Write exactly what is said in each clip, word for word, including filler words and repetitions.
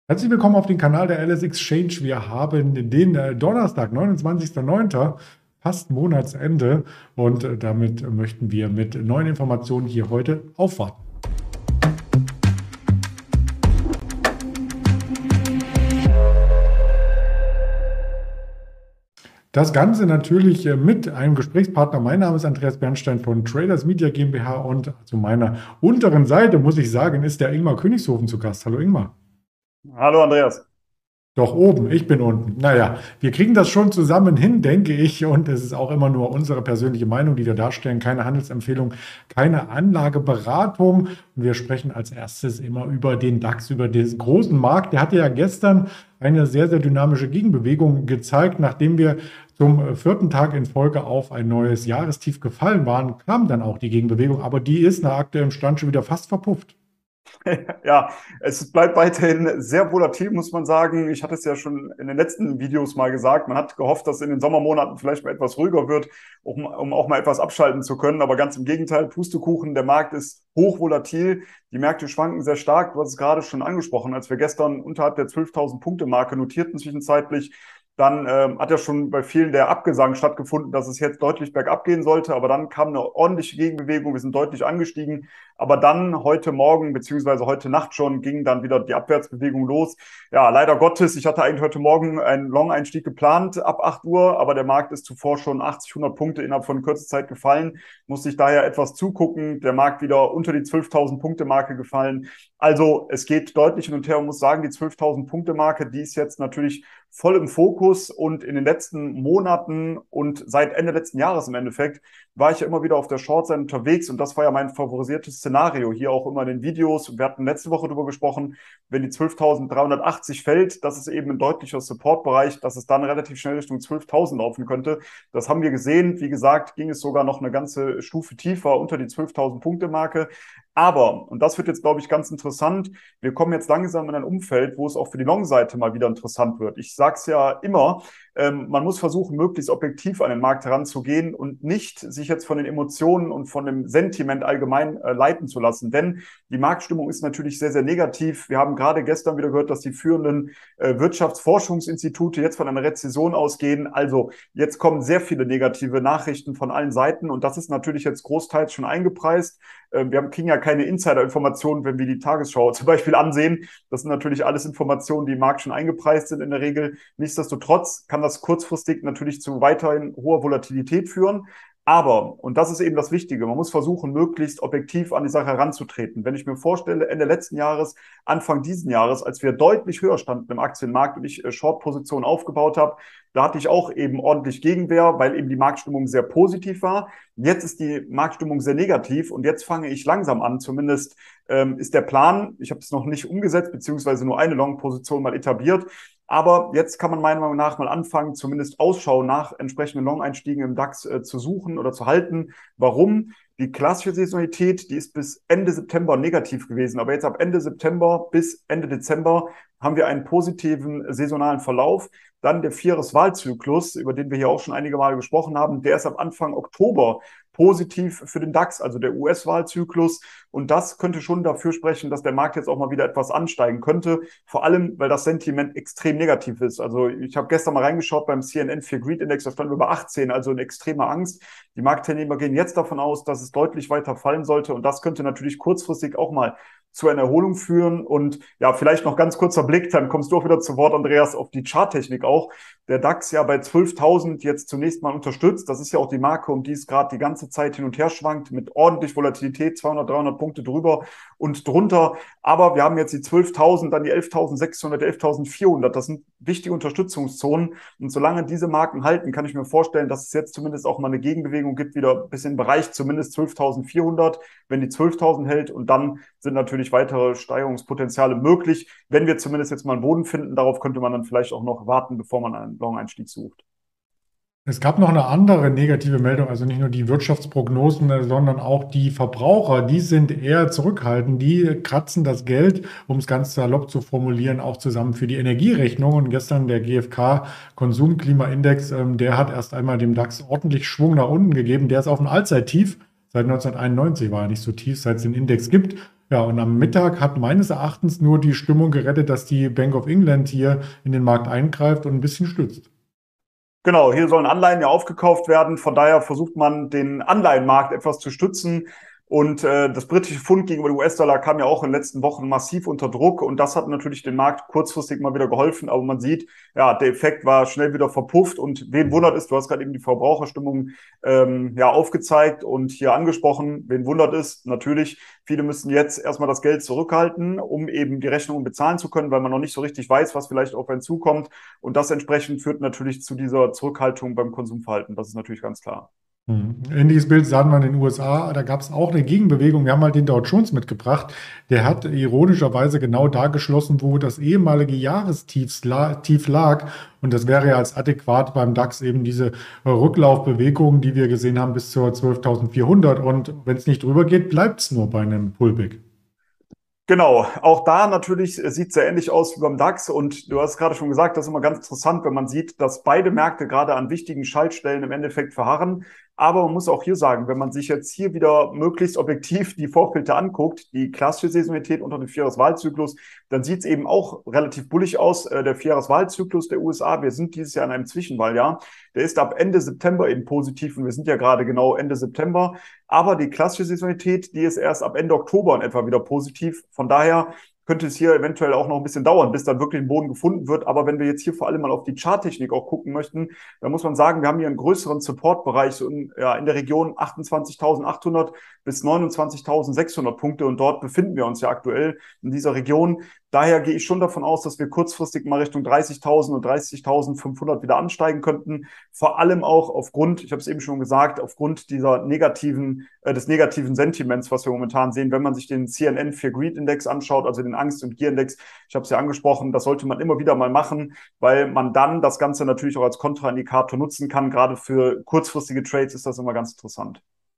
Herzlich willkommen auf den Kanal der L S Exchange. Wir haben den äh, Donnerstag, neunundzwanzigster neunter, fast Monatsende, und äh, damit möchten wir mit neuen Informationen hier heute aufwarten. Das Ganze natürlich äh, mit einem Gesprächspartner. Mein Name ist Andreas Bernstein von Traders Media GmbH, und zu meiner unteren Seite, muss ich sagen, ist der Ingmar Königshofen zu Gast. Hallo Ingmar. Hallo Andreas. Doch oben, ich bin unten. Naja, wir kriegen das schon zusammen hin, denke ich. Und es ist auch immer nur unsere persönliche Meinung, die wir darstellen. Keine Handelsempfehlung, keine Anlageberatung. Und wir sprechen als erstes immer über den DAX, über den großen Markt. Der hatte ja gestern eine sehr, sehr dynamische Gegenbewegung gezeigt. Nachdem wir zum vierten Tag in Folge auf ein neues Jahrestief gefallen waren, kam dann auch die Gegenbewegung. Aber die ist nach aktuellem Stand schon wieder fast verpufft. Ja, es bleibt weiterhin sehr volatil, muss man sagen. Ich hatte es ja schon in den letzten Videos mal gesagt. Man hat gehofft, dass in den Sommermonaten vielleicht mal etwas ruhiger wird, um, um auch mal etwas abschalten zu können. Aber ganz im Gegenteil, Pustekuchen, der Markt ist hochvolatil. Die Märkte schwanken sehr stark. Du hast es gerade schon angesprochen, als wir gestern unterhalb der zwölftausend-Punkte-Marke notierten zwischenzeitlich. Dann ähm, hat ja schon bei vielen der Abgesang stattgefunden, dass es jetzt deutlich bergab gehen sollte. Aber dann kam eine ordentliche Gegenbewegung. Wir sind deutlich angestiegen. Aber dann heute Morgen beziehungsweise heute Nacht schon ging dann wieder die Abwärtsbewegung los. Ja, leider Gottes. Ich hatte eigentlich heute Morgen einen Long-Einstieg geplant ab acht Uhr. Aber der Markt ist zuvor schon achtzig, hundert Punkte innerhalb von kurzer Zeit gefallen. Musste ich daher etwas zugucken. Der Markt wieder unter die zwölftausend-Punkte-Marke gefallen. Also es geht deutlich hin und her. Man muss sagen, die zwölftausend-Punkte-Marke, die ist jetzt natürlich voll im Fokus, und in den letzten Monaten und seit Ende letzten Jahres im Endeffekt war ich ja immer wieder auf der Short-Seite unterwegs, und das war ja mein favorisiertes Szenario, hier auch immer in den Videos. Wir hatten letzte Woche darüber gesprochen, wenn die zwölftausenddreihundertachtzig fällt, das ist eben ein deutlicher Support-Bereich, dass es dann relativ schnell Richtung zwölftausend laufen könnte. Das haben wir gesehen. Wie gesagt, ging es sogar noch eine ganze Stufe tiefer unter die zwölftausend-Punkte-Marke. Aber, und das wird jetzt, glaube ich, ganz interessant, wir kommen jetzt langsam in ein Umfeld, wo es auch für die Long-Seite mal wieder interessant wird. Ich sage es ja immer, ähm, man muss versuchen, möglichst objektiv an den Markt heranzugehen und nicht sich jetzt von den Emotionen und von dem Sentiment allgemein äh, leiten zu lassen. Denn die Marktstimmung ist natürlich sehr, sehr negativ. Wir haben gerade gestern wieder gehört, dass die führenden äh, Wirtschaftsforschungsinstitute jetzt von einer Rezession ausgehen. Also jetzt kommen sehr viele negative Nachrichten von allen Seiten, und das ist natürlich jetzt großteils schon eingepreist. Äh, wir haben, kriegen ja keine Insider-Informationen, wenn wir die Tagesschau zum Beispiel ansehen. Das sind natürlich alles Informationen, die im Markt schon eingepreist sind in der Regel. Nichtsdestotrotz kann das kurzfristig natürlich zu weiterhin hoher Volatilität führen. Aber, und das ist eben das Wichtige, man muss versuchen, möglichst objektiv an die Sache heranzutreten. Wenn ich mir vorstelle, Ende letzten Jahres, Anfang diesen Jahres, als wir deutlich höher standen im Aktienmarkt und ich äh, Short-Positionen aufgebaut habe, da hatte ich auch eben ordentlich Gegenwehr, weil eben die Marktstimmung sehr positiv war. Jetzt ist die Marktstimmung sehr negativ, und jetzt fange ich langsam an, zumindest ähm, ist der Plan, ich habe es noch nicht umgesetzt, beziehungsweise nur eine Long-Position mal etabliert. Aber jetzt kann man meiner Meinung nach mal anfangen, zumindest Ausschau nach entsprechenden Long-Einstiegen im DAX äh, zu suchen oder zu halten. Warum? Die klassische Saisonalität, die ist bis Ende September negativ gewesen. Aber jetzt ab Ende September bis Ende Dezember haben wir einen positiven saisonalen Verlauf. Dann der Vieres-Wahlzyklus, über den wir hier auch schon einige Male gesprochen haben, der ist ab Anfang Oktober positiv für den DAX, also der U S-Wahlzyklus. Und das könnte schon dafür sprechen, dass der Markt jetzt auch mal wieder etwas ansteigen könnte. Vor allem, weil das Sentiment extrem negativ ist. Also ich habe gestern mal reingeschaut beim C N N Fear Greed Index, da stand über achtzehn, also in extremer Angst. Die Marktteilnehmer gehen jetzt davon aus, dass es deutlich weiter fallen sollte. Und das könnte natürlich kurzfristig auch mal zu einer Erholung führen. Und ja, vielleicht noch ganz kurzer Blick, dann kommst du auch wieder zu Wort, Andreas, auf die Charttechnik auch. Der DAX ja bei zwölftausend jetzt zunächst mal unterstützt. Das ist ja auch die Marke, um die es gerade die ganze Zeit hin und her schwankt, mit ordentlich Volatilität, zweihundert, dreihundert Punkte drüber und drunter. Aber wir haben jetzt die zwölftausend, dann die elftausendsechshundert, elftausendvierhundert. Das sind wichtige Unterstützungszonen. Und solange diese Marken halten, kann ich mir vorstellen, dass es jetzt zumindest auch mal eine Gegenbewegung gibt, wieder bis in den Bereich zumindest zwölftausendvierhundert, wenn die zwölftausend hält. Und dann sind natürlich weitere Steigerungspotenziale möglich, wenn wir zumindest jetzt mal einen Boden finden. Darauf könnte man dann vielleicht auch noch warten, bevor man einen Long-Einstieg sucht. Es gab noch eine andere negative Meldung, also nicht nur die Wirtschaftsprognosen, äh, sondern auch die Verbraucher, die sind eher zurückhaltend, die kratzen das Geld, um es ganz salopp zu formulieren, auch zusammen für die Energierechnung. Und gestern der G F K-Konsumklimaindex, ähm, der hat erst einmal dem DAX ordentlich Schwung nach unten gegeben. Der ist auf ein Allzeittief. Seit neunzehnhunderteinundneunzig war er nicht so tief, seit es den Index gibt. Ja, und am Mittag hat meines Erachtens nur die Stimmung gerettet, dass die Bank of England hier in den Markt eingreift und ein bisschen stützt. Genau, hier sollen Anleihen ja aufgekauft werden. Von daher versucht man, den Anleihenmarkt etwas zu stützen. Und äh, das britische Pfund gegenüber dem U S-Dollar kam ja auch in den letzten Wochen massiv unter Druck. Und das hat natürlich dem Markt kurzfristig mal wieder geholfen. Aber man sieht, ja, der Effekt war schnell wieder verpufft. Und wen wundert es, du hast gerade eben die Verbraucherstimmung ähm, ja aufgezeigt und hier angesprochen. Wen wundert es? Natürlich, viele müssen jetzt erstmal das Geld zurückhalten, um eben die Rechnungen bezahlen zu können, weil man noch nicht so richtig weiß, was vielleicht auf einen zukommt. Und das entsprechend führt natürlich zu dieser Zurückhaltung beim Konsumverhalten. Das ist natürlich ganz klar. Hm. Ähnliches Bild sahen wir in den U S A, da gab es auch eine Gegenbewegung. Wir haben halt den Dow Jones mitgebracht. Der hat ironischerweise genau da geschlossen, wo das ehemalige Jahrestief la- Tief lag. Und das wäre ja als adäquat beim DAX eben diese äh, Rücklaufbewegung, die wir gesehen haben, bis zur zwölftausendvierhundert. Und wenn es nicht drüber geht, bleibt es nur bei einem Pullback. Genau, auch da natürlich sieht es sehr ähnlich aus wie beim DAX und du hast gerade schon gesagt, das ist immer ganz interessant, wenn man sieht, dass beide Märkte gerade an wichtigen Schaltstellen im Endeffekt verharren. Aber man muss auch hier sagen, wenn man sich jetzt hier wieder möglichst objektiv die Vorfilter anguckt, die klassische Saisonalität unter dem Vierjahreswahlzyklus, dann sieht es eben auch relativ bullig aus. Äh, der Vierjahreswahlzyklus der U S A, wir sind dieses Jahr in einem Zwischenwahljahr, der ist ab Ende September eben positiv und wir sind ja gerade genau Ende September. Aber die klassische Saisonalität, die ist erst ab Ende Oktober in etwa wieder positiv. Von daher könnte es hier eventuell auch noch ein bisschen dauern, bis dann wirklich ein Boden gefunden wird. Aber wenn wir jetzt hier vor allem mal auf die Charttechnik auch gucken möchten, dann muss man sagen, wir haben hier einen größeren Supportbereich so in, ja, in der Region achtundzwanzigtausendachthundert bis neunundzwanzigtausendsechshundert Punkte. Und dort befinden wir uns ja aktuell in dieser Region. Daher gehe ich schon davon aus, dass wir kurzfristig mal Richtung dreißigtausend und dreißigtausendfünfhundert wieder ansteigen könnten. Vor allem auch aufgrund, ich habe es eben schon gesagt, aufgrund dieser negativen, äh, des negativen Sentiments, was wir momentan sehen, wenn man sich den C N N Fear Greed Index anschaut, also den Angst- und Gier-Index. Ich habe es ja angesprochen, das sollte man immer wieder mal machen, weil man dann das Ganze natürlich auch als Kontraindikator nutzen kann. Gerade für kurzfristige Trades ist das immer ganz interessant.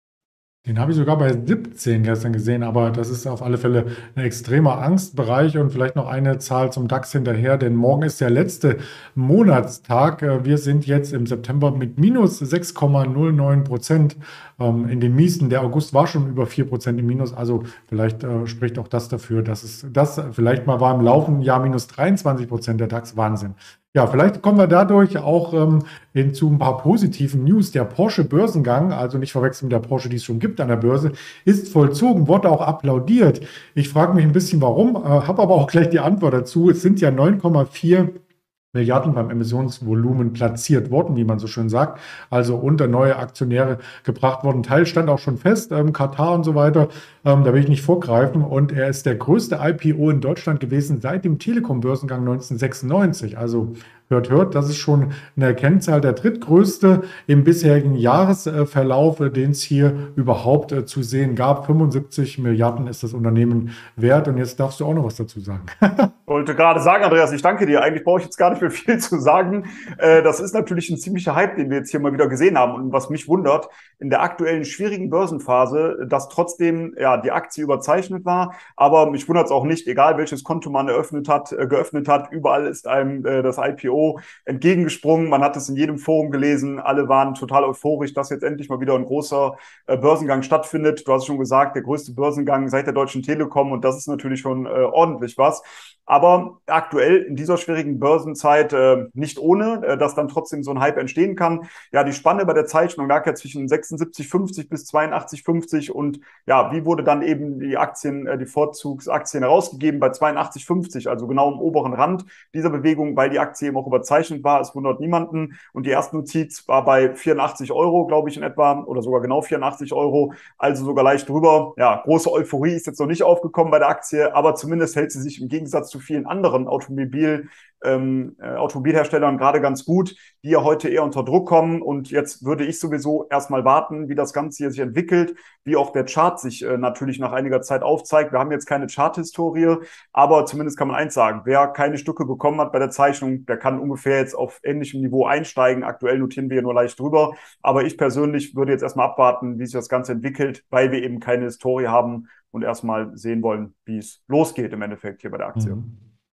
Den habe ich sogar bei siebzehn gestern gesehen, aber das ist auf alle Fälle ein extremer Angstbereich und vielleicht noch eine Zahl zum DAX hinterher, denn morgen ist der letzte Monatstag. Äh, Wir sind jetzt im September mit minus sechs Komma null neun Prozent ähm, in den Miesen. Der August war schon über vier Prozent im Minus, also vielleicht äh, spricht auch das dafür, dass es das vielleicht mal war im laufenden Jahr minus dreiundzwanzig Prozent der DAX. Wahnsinn. Ja, vielleicht kommen wir dadurch auch ähm, hin zu ein paar positiven News. Der Porsche-Börsengang, also nicht verwechseln mit der Porsche, die es schon gibt an der Börse, ist vollzogen, wurde auch applaudiert. Ich frage mich ein bisschen, warum, äh, habe aber auch gleich die Antwort dazu. Es sind ja neun Komma vier Milliarden beim Emissionsvolumen platziert worden, wie man so schön sagt, also unter neue Aktionäre gebracht worden. Ein Teil stand auch schon fest, ähm, Katar und so weiter, ähm, da will ich nicht vorgreifen. Und er ist der größte I P O in Deutschland gewesen seit dem Telekom-Börsengang neunzehnhundertsechsundneunzig. Also hört, hört, das ist schon eine Kennzahl, der drittgrößte im bisherigen Jahresverlauf, äh, den es hier überhaupt äh, zu sehen gab. fünfundsiebzig Milliarden ist das Unternehmen wert. Und jetzt darfst du auch noch was dazu sagen. Ich wollte gerade sagen, Andreas, ich danke dir. Eigentlich brauche ich jetzt gar nicht mehr viel zu sagen. Äh, das ist natürlich ein ziemlicher Hype, den wir jetzt hier mal wieder gesehen haben. Und was mich wundert, in der aktuellen schwierigen Börsenphase, dass trotzdem ja die Aktie überzeichnet war. Aber mich wundert es auch nicht, egal welches Konto man eröffnet hat, äh, geöffnet hat, überall ist einem äh, das I P O entgegengesprungen. Man hat es in jedem Forum gelesen. Alle waren total euphorisch, dass jetzt endlich mal wieder ein großer äh, Börsengang stattfindet. Du hast es schon gesagt, der größte Börsengang seit der Deutschen Telekom. Und das ist natürlich schon äh, ordentlich was. Aber aktuell in dieser schwierigen Börsenzeit äh, nicht ohne, äh, dass dann trotzdem so ein Hype entstehen kann. Ja, die Spanne bei der Zeichnung lag ja zwischen sechsundsiebzig Komma fünfzig bis zweiundachtzig Komma fünfzig und ja, wie wurde dann eben die Aktien, äh, die Vorzugsaktien herausgegeben bei zweiundachtzig Komma fünfzig, also genau am oberen Rand dieser Bewegung, weil die Aktie eben auch überzeichnet war. Es wundert niemanden. Und die erste Notiz war bei vierundachtzig Euro, glaube ich, in etwa, oder sogar genau vierundachtzig Euro, also sogar leicht drüber. Ja, große Euphorie ist jetzt noch nicht aufgekommen bei der Aktie, aber zumindest hält sie sich im Gegensatz zu vielen anderen Automobil, ähm, äh, Automobilherstellern gerade ganz gut, die ja heute eher unter Druck kommen. Und jetzt würde ich sowieso erstmal warten, wie das Ganze hier sich entwickelt, wie auch der Chart sich äh, natürlich nach einiger Zeit aufzeigt. Wir haben jetzt keine Chart-Historie, aber zumindest kann man eins sagen, wer keine Stücke bekommen hat bei der Zeichnung, der kann ungefähr jetzt auf ähnlichem Niveau einsteigen. Aktuell notieren wir ja nur leicht drüber. Aber ich persönlich würde jetzt erstmal abwarten, wie sich das Ganze entwickelt, weil wir eben keine Historie haben und erstmal sehen wollen, wie es losgeht im Endeffekt hier bei der Aktie. Mhm.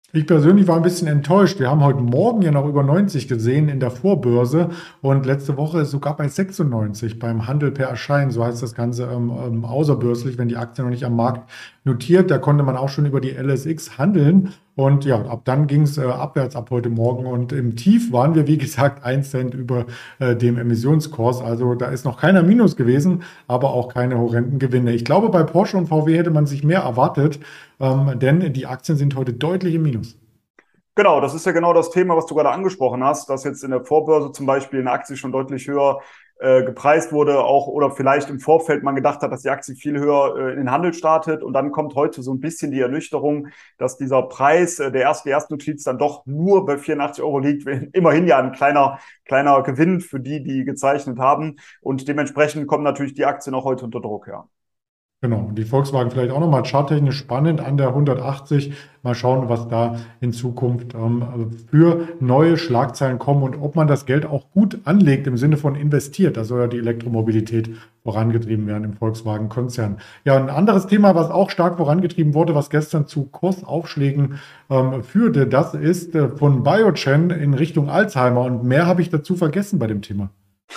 Ich persönlich war ein bisschen enttäuscht. Wir haben heute Morgen ja noch über neunzig gesehen in der Vorbörse und letzte Woche ist sogar bei sechsundneunzig beim Handel per Erscheinen. So heißt das Ganze ähm, ähm, außerbörslich, wenn die Aktie noch nicht am Markt notiert. Da konnte man auch schon über die L S X handeln. Und ja, ab dann ging es äh, abwärts ab heute Morgen. Und im Tief waren wir, wie gesagt, ein Cent über äh, dem Emissionskurs. Also da ist noch keiner Minus gewesen, aber auch keine horrenden Gewinne. Ich glaube, bei Porsche und V W hätte man sich mehr erwartet, ähm, denn die Aktien sind heute deutlich im Minus. Genau, das ist ja genau das Thema, was du gerade angesprochen hast, dass jetzt in der Vorbörse zum Beispiel eine Aktie schon deutlich höher äh, gepreist wurde, auch oder vielleicht im Vorfeld man gedacht hat, dass die Aktie viel höher äh, in den Handel startet und dann kommt heute so ein bisschen die Ernüchterung, dass dieser Preis, äh, der erste Erstnotiz dann doch nur bei vierundachtzig Euro liegt, immerhin ja ein kleiner, kleiner Gewinn für die, die gezeichnet haben und dementsprechend kommen natürlich die Aktien auch heute unter Druck, ja. Genau, und die Volkswagen vielleicht auch nochmal charttechnisch spannend an der hundertachtzig. Mal schauen, was da in Zukunft ähm, für neue Schlagzeilen kommen und ob man das Geld auch gut anlegt im Sinne von investiert. Da soll ja die Elektromobilität vorangetrieben werden im Volkswagen-Konzern. Ja, ein anderes Thema, was auch stark vorangetrieben wurde, was gestern zu Kursaufschlägen ähm, führte, das ist äh, von Biogen in Richtung Alzheimer. Und mehr habe ich dazu vergessen bei dem Thema.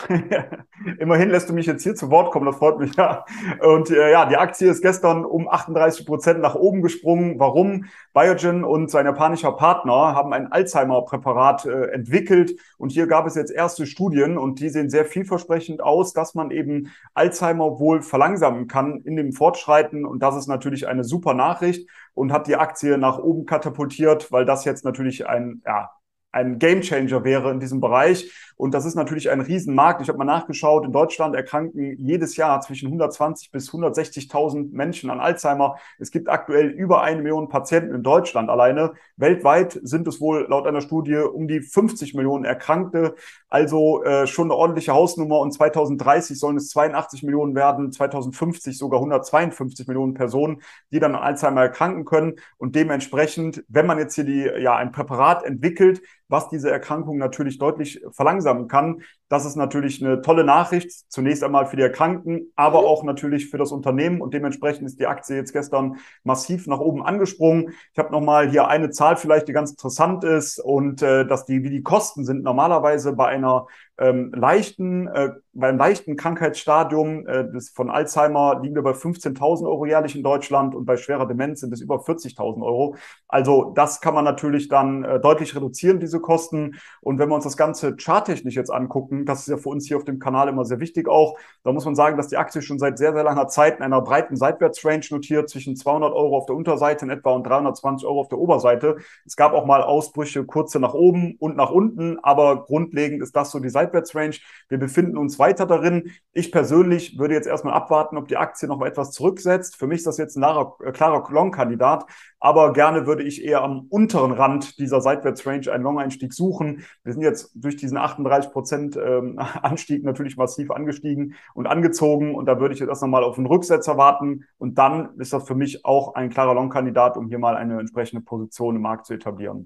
Immerhin lässt du mich jetzt hier zu Wort kommen, das freut mich ja. Und äh, ja, die Aktie ist gestern um achtunddreißig Prozent nach oben gesprungen. Warum? Biogen und sein japanischer Partner haben ein Alzheimer-Präparat äh, entwickelt und hier gab es jetzt erste Studien und die sehen sehr vielversprechend aus, dass man eben Alzheimer wohl verlangsamen kann in dem Fortschreiten und das ist natürlich eine super Nachricht und hat die Aktie nach oben katapultiert, weil das jetzt natürlich ein, ja, ein Gamechanger wäre in diesem Bereich. Und das ist natürlich ein Riesenmarkt. Ich habe mal nachgeschaut, in Deutschland erkranken jedes Jahr zwischen hundertzwanzig bis hundertsechzigtausend Menschen an Alzheimer. Es gibt aktuell über eine Million Patienten in Deutschland alleine. Weltweit sind es wohl laut einer Studie um die fünfzig Millionen Erkrankte. Also äh, schon eine ordentliche Hausnummer. Und zweitausenddreißig sollen es zweiundachtzig Millionen werden, zweitausendfünfzig sogar hundertzweiundfünfzig Millionen Personen, die dann an Alzheimer erkranken können. Und dementsprechend, wenn man jetzt hier die, ja, ein Präparat entwickelt, was diese Erkrankung natürlich deutlich verlangsamen kann. Das ist natürlich eine tolle Nachricht, zunächst einmal für die Erkrankten, aber auch natürlich für das Unternehmen und dementsprechend ist die Aktie jetzt gestern massiv nach oben angesprungen. Ich habe nochmal hier eine Zahl vielleicht, die ganz interessant ist und äh, dass die, wie die Kosten sind normalerweise bei einer ähm, leichten, äh, beim leichten Krankheitsstadium äh, des, von Alzheimer liegen wir bei fünfzehntausend Euro jährlich in Deutschland und bei schwerer Demenz sind es über vierzigtausend Euro. Also das kann man natürlich dann äh, deutlich reduzieren, diese Kosten. Und wenn wir uns das Ganze charttechnisch jetzt angucken, das ist ja für uns hier auf dem Kanal immer sehr wichtig auch, da muss man sagen, dass die Aktie schon seit sehr, sehr langer Zeit in einer breiten Seitwärtsrange notiert, zwischen zweihundert Euro auf der Unterseite in etwa und dreihundertzwanzig Euro auf der Oberseite. Es gab auch mal Ausbrüche, kurze nach oben und nach unten, aber grundlegend ist das so die Seitwärtsrange. Wir befinden uns weiter darin. Ich persönlich würde jetzt erstmal abwarten, ob die Aktie noch mal etwas zurücksetzt. Für mich ist das jetzt ein klarer, klarer Long-Kandidat, aber gerne würde ich eher am unteren Rand dieser Seitwärtsrange einen Long-Einstieg suchen. Wir sind jetzt durch diesen achtunddreißig Prozent ähm, Anstieg natürlich massiv angestiegen und angezogen und da würde ich jetzt erst nochmal auf einen Rücksetzer warten und dann ist das für mich auch ein klarer Long-Kandidat, um hier mal eine entsprechende Position im Markt zu etablieren.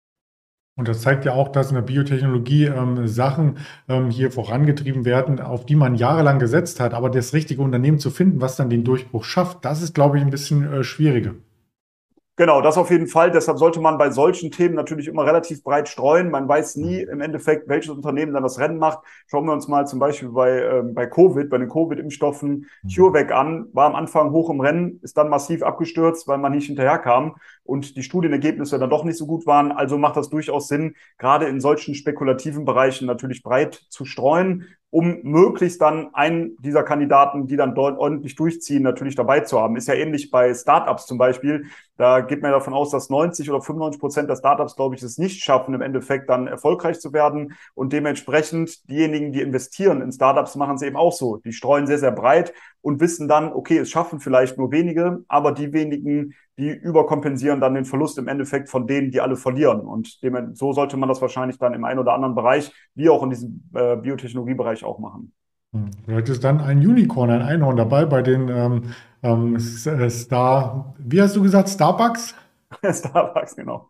Und das zeigt ja auch, dass in der Biotechnologie ähm, Sachen ähm, hier vorangetrieben werden, auf die man jahrelang gesetzt hat. Aber das richtige Unternehmen zu finden, was dann den Durchbruch schafft, das ist, glaube ich, ein bisschen äh, schwieriger. Genau, das auf jeden Fall. Deshalb sollte man bei solchen Themen natürlich immer relativ breit streuen. Man weiß nie im Endeffekt, welches Unternehmen dann das Rennen macht. Schauen wir uns mal zum Beispiel bei, ähm, bei Covid, bei den Covid-Impfstoffen CureVac an. War am Anfang hoch im Rennen, ist dann massiv abgestürzt, weil man nicht hinterherkam und die Studienergebnisse dann doch nicht so gut waren. Also macht das durchaus Sinn, gerade in solchen spekulativen Bereichen natürlich breit zu streuen, um möglichst dann einen dieser Kandidaten, die dann dort ordentlich durchziehen, natürlich dabei zu haben. Ist ja ähnlich bei Startups zum Beispiel. Da geht man davon aus, dass neunzig oder fünfundneunzig Prozent der Startups, glaube ich, es nicht schaffen, im Endeffekt dann erfolgreich zu werden. Und dementsprechend diejenigen, die investieren in Startups, machen es eben auch so. Die streuen sehr, sehr breit und wissen dann, okay, es schaffen vielleicht nur wenige, aber die wenigen, die überkompensieren dann den Verlust im Endeffekt von denen, die alle verlieren. Und dem, so sollte man das wahrscheinlich dann im einen oder anderen Bereich, wie auch in diesem äh, Biotechnologiebereich auch machen. Vielleicht ist dann ein Unicorn, ein Einhorn dabei bei den ähm, ähm, Star, wie hast du gesagt, Starbucks? Starbucks, genau.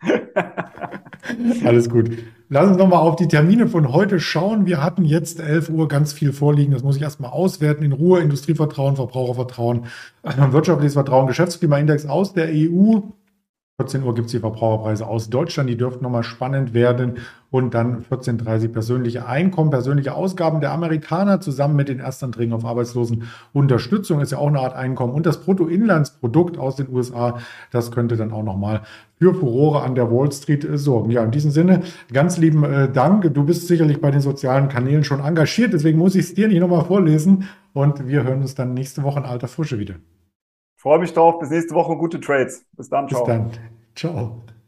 Alles gut. Lass uns nochmal auf die Termine von heute schauen. Wir hatten jetzt elf Uhr ganz viel vorliegen. Das muss ich erstmal auswerten. In Ruhe Industrievertrauen, Verbrauchervertrauen, wirtschaftliches Vertrauen, Geschäftsklimaindex aus der E U. vierzehn Uhr gibt es die Verbraucherpreise aus Deutschland, die dürften nochmal spannend werden. Und dann vierzehn Uhr dreißig persönliche Einkommen, persönliche Ausgaben der Amerikaner zusammen mit den Erstanträgen auf Arbeitslosenunterstützung ist ja auch eine Art Einkommen. Und das Bruttoinlandsprodukt aus den U S A, das könnte dann auch nochmal für Furore an der Wall Street äh, sorgen. Ja, in diesem Sinne, ganz lieben äh, Dank. Du bist sicherlich bei den sozialen Kanälen schon engagiert, deswegen muss ich es dir nicht nochmal vorlesen. Und wir hören uns dann nächste Woche in alter Frische wieder. Freue mich drauf. Bis nächste Woche. Gute Trades. Bis dann. Bis Ciao. dann. Ciao.